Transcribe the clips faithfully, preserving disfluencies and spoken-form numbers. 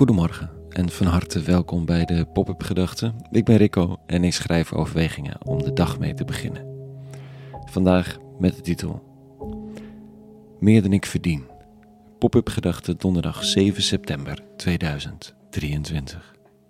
Goedemorgen en van harte welkom bij de Pop-up Gedachten. Ik ben Rico en ik schrijf overwegingen om de dag mee te beginnen. Vandaag met de titel Meer dan ik verdien. Pop-up Gedachten donderdag zeven september tweeduizend drieëntwintig.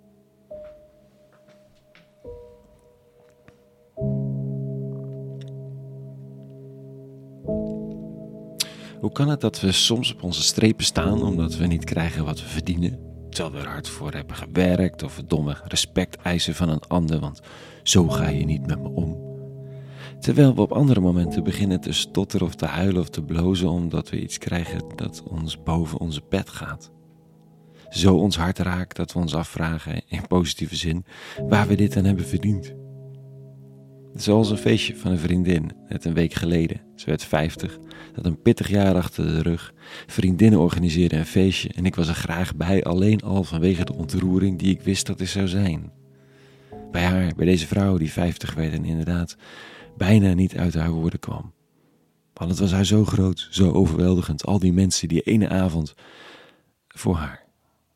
Hoe kan het dat we soms op onze strepen staan omdat we niet krijgen wat we verdienen, terwijl we er hard voor hebben gewerkt, of we domweg respect eisen van een ander, want zo ga je niet met me om. Terwijl we op andere momenten beginnen te stotteren of te huilen of te blozen omdat we iets krijgen dat ons boven onze pet gaat. Zo ons hart raakt dat we ons afvragen, in positieve zin, waar we dit aan hebben verdiend. Zoals een feestje van een vriendin, net een week geleden. Ze werd vijftig, had een pittig jaar achter de rug. Vriendinnen organiseerden een feestje en ik was er graag bij, alleen al vanwege de ontroering die ik wist dat er zou zijn. Bij haar, bij deze vrouw die vijftig werd en inderdaad bijna niet uit haar woorden kwam. Want het was haar zo groot, zo overweldigend, al die mensen die ene avond voor haar.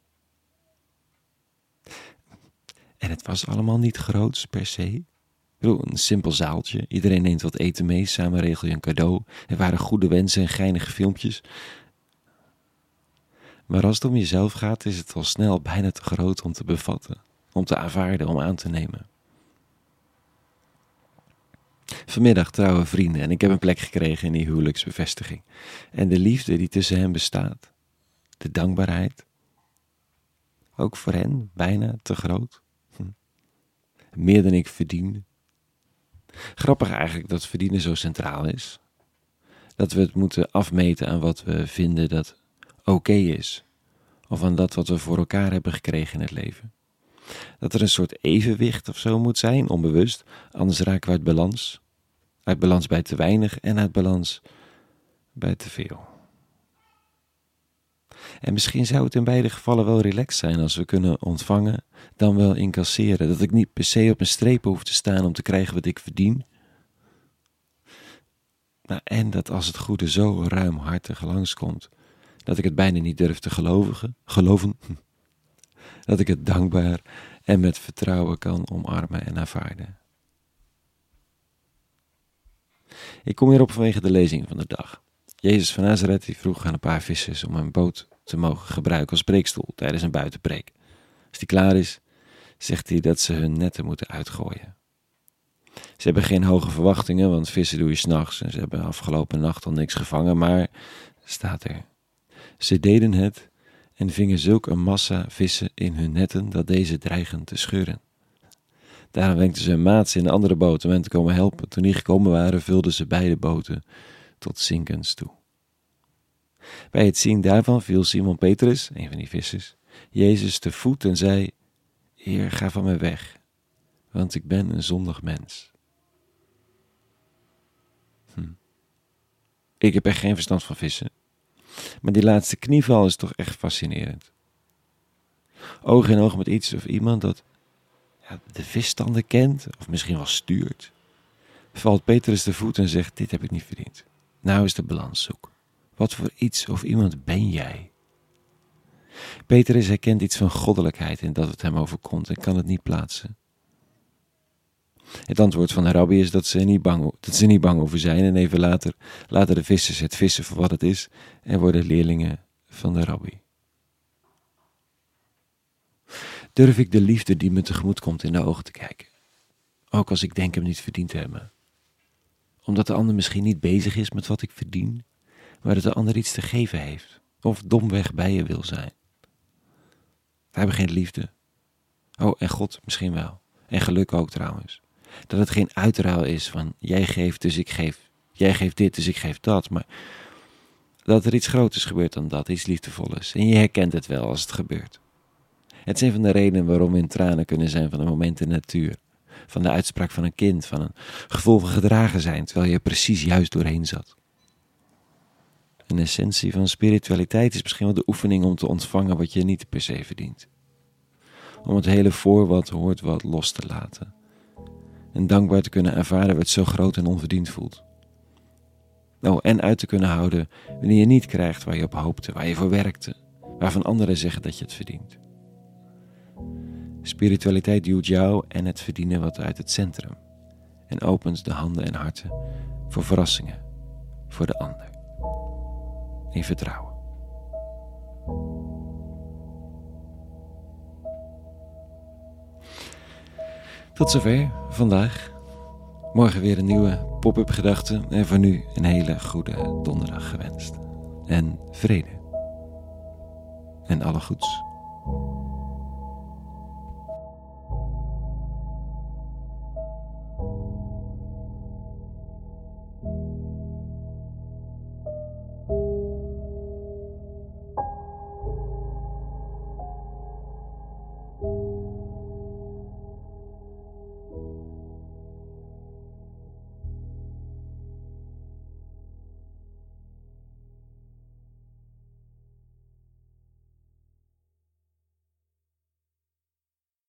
En het was allemaal niet groots per se. Ik bedoel, een simpel zaaltje, iedereen neemt wat eten mee, samen regel je een cadeau. Er waren goede wensen en geinige filmpjes. Maar als het om jezelf gaat, is het al snel bijna te groot om te bevatten, om te aanvaarden, om aan te nemen. Vanmiddag trouwen vrienden en ik heb een plek gekregen in die huwelijksbevestiging. En de liefde die tussen hen bestaat, de dankbaarheid, ook voor hen bijna te groot. Hm. Meer dan ik verdien. Grappig eigenlijk dat verdienen zo centraal is. Dat we het moeten afmeten aan wat we vinden dat oké is. Of aan dat wat we voor elkaar hebben gekregen in het leven. Dat er een soort evenwicht of zo moet zijn, onbewust. Anders raken we uit balans. Uit balans bij te weinig en uit balans bij te veel. En misschien zou het in beide gevallen wel relaxed zijn als we kunnen ontvangen, dan wel incasseren. Dat ik niet per se op een streep hoef te staan om te krijgen wat ik verdien. Nou, en dat als het goede zo ruimhartig langskomt, dat ik het bijna niet durf te geloven, geloven. Dat ik het dankbaar en met vertrouwen kan omarmen en aanvaarden. Ik kom hierop vanwege de lezing van de dag. Jezus van Nazareth die vroeg aan een paar vissers om een boot te mogen gebruiken als preekstoel tijdens een buitenpreek. Als die klaar is, zegt hij dat ze hun netten moeten uitgooien. Ze hebben geen hoge verwachtingen, want vissen doe je 's nachts en ze hebben afgelopen nacht al niks gevangen, maar, staat er, ze deden het en vingen zulk een massa vissen in hun netten dat deze dreigen te scheuren. Daarom wenkten ze hun maats in de andere boot om hen te komen helpen. Toen die gekomen waren, vulden ze beide boten tot zinkens toe. Bij het zien daarvan viel Simon Petrus, een van die vissers, Jezus te voet en zei: Heer, ga van mij weg, want ik ben een zondig mens. Hm. Ik heb echt geen verstand van vissen, maar die laatste knieval is toch echt fascinerend. Oog in oog met iets of iemand dat ja, de visstanden kent, of misschien wel stuurt, valt Petrus te voet en zegt: dit heb ik niet verdiend. Nou is de balans zoek. Wat voor iets of iemand ben jij? Petrus herkent iets van goddelijkheid in dat het hem overkomt en kan het niet plaatsen. Het antwoord van de rabbi is dat ze niet bang, dat ze niet bang over zijn en even later laten de vissers het vissen voor wat het is en worden leerlingen van de rabbi. Durf ik de liefde die me tegemoet komt in de ogen te kijken, ook als ik denk hem niet verdiend te hebben? Omdat de ander misschien niet bezig is met wat ik verdien, maar dat de ander iets te geven heeft, of domweg bij je wil zijn. We hebben geen liefde. Oh, en God misschien wel. En geluk ook trouwens. Dat het geen uitruil is van jij geeft dus ik geef. Jij geeft dit dus ik geef dat. Maar dat er iets groters gebeurt dan dat, iets liefdevols. En je herkent het wel als het gebeurt. Het is een van de redenen waarom we in tranen kunnen zijn van een moment in de natuur. Van de uitspraak van een kind, van een gevoel van gedragen zijn, terwijl je er precies juist doorheen zat. Een essentie van spiritualiteit is misschien wel de oefening om te ontvangen wat je niet per se verdient. Om het hele voor wat hoort wat los te laten. En dankbaar te kunnen ervaren wat zo groot en onverdiend voelt. Oh, en uit te kunnen houden wanneer je niet krijgt waar je op hoopte, waar je voor werkte, waarvan anderen zeggen dat je het verdient. Spiritualiteit duwt jou en het verdienen wat uit het centrum en opent de handen en harten voor verrassingen, voor de ander. In vertrouwen. Tot zover vandaag. Morgen weer een nieuwe pop-up gedachte en voor nu een hele goede donderdag gewenst. En vrede. En alle goeds.